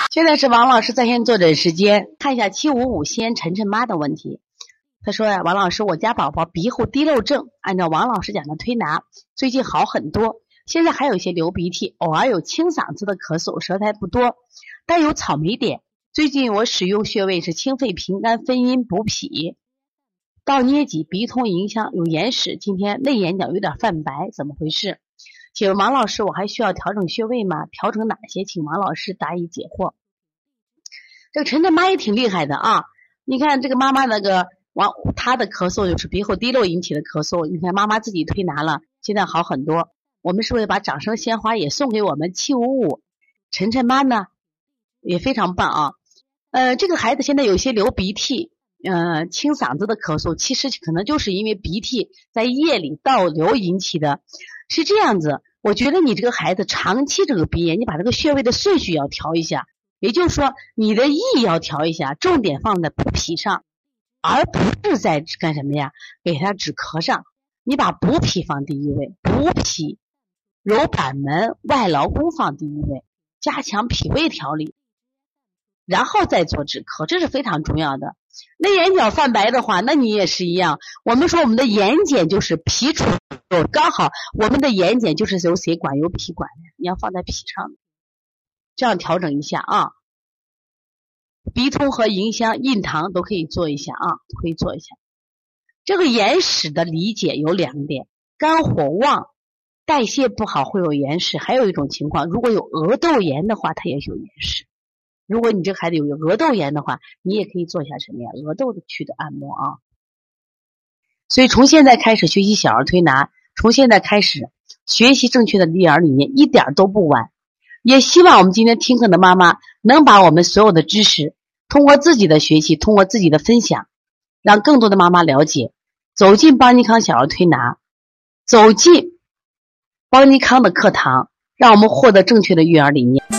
现在是王老师在线坐诊时间，看一下755西安晨晨妈的问题。他说呀，王老师，我家宝宝鼻后滴漏症，按照王老师讲的推拿，最近好很多，现在还有一些流鼻涕，偶尔有清嗓子的咳嗽，舌苔不多，但有草莓点。最近我使用穴位是清肺平肝分阴补脾，到捏脊鼻通迎香，有眼屎，今天内眼角有点泛白，怎么回事？请问王老师，我还需要调整穴位吗？调整哪些？请王老师答疑解惑。这个晨晨妈也挺厉害的啊！你看这个妈妈她的咳嗽就是鼻后滴漏引起的咳嗽，你看妈妈自己推拿了，现在好很多。我们是不是把掌声鲜花也送给我们755晨晨妈呢？也非常棒啊！这个孩子现在有些流鼻涕，清嗓子的咳嗽，其实可能就是因为鼻涕在夜里倒流引起的。是这样子，我觉得你这个孩子长期这个鼻炎，你把这个穴位的顺序要调一下，也就是说你的意要调一下，重点放在补脾上，而不是在干什么呀？给他止咳上。你把补脾放第一位，补脾揉板门外劳宫放第一位，加强脾胃调理，然后再做止咳，这是非常重要的。内眼角泛白的话，那你也是一样。我们说我们的眼睑就是脾主，刚好我们的眼睑就是由谁管？由脾管的，你要放在脾上，这样调整一下啊。鼻通和迎香、印堂都可以做一下啊，可以做一下。这个眼屎的理解有2点：肝火旺，代谢不好会有眼屎；还有一种情况，如果有额窦炎的话，它也有眼屎。如果你这个孩子有额窦炎的话，你也可以做一下什么呀？额窦的区的按摩啊。所以从现在开始学习小儿推拿，从现在开始学习正确的育儿理念，一点都不晚。也希望我们今天听课的妈妈能把我们所有的知识通过自己的学习，通过自己的分享，让更多的妈妈了解，走进邦尼康小儿推拿，走进邦尼康的课堂，让我们获得正确的育儿理念。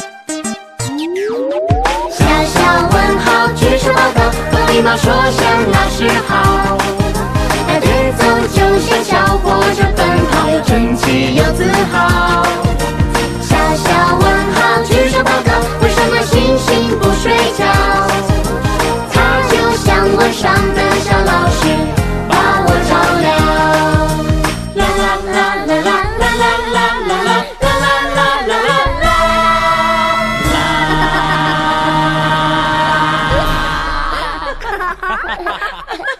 小小问号举手报告，和礼貌说声老师好。那节奏就像小火车奔跑，有争气有自豪。小小问号举手报告，为什么星星不睡觉？它就像晚上的小老师，把我照亮。啦啦啦啦啦啦啦啦啦啦啦啦啦啦。哈哈哈哈哈！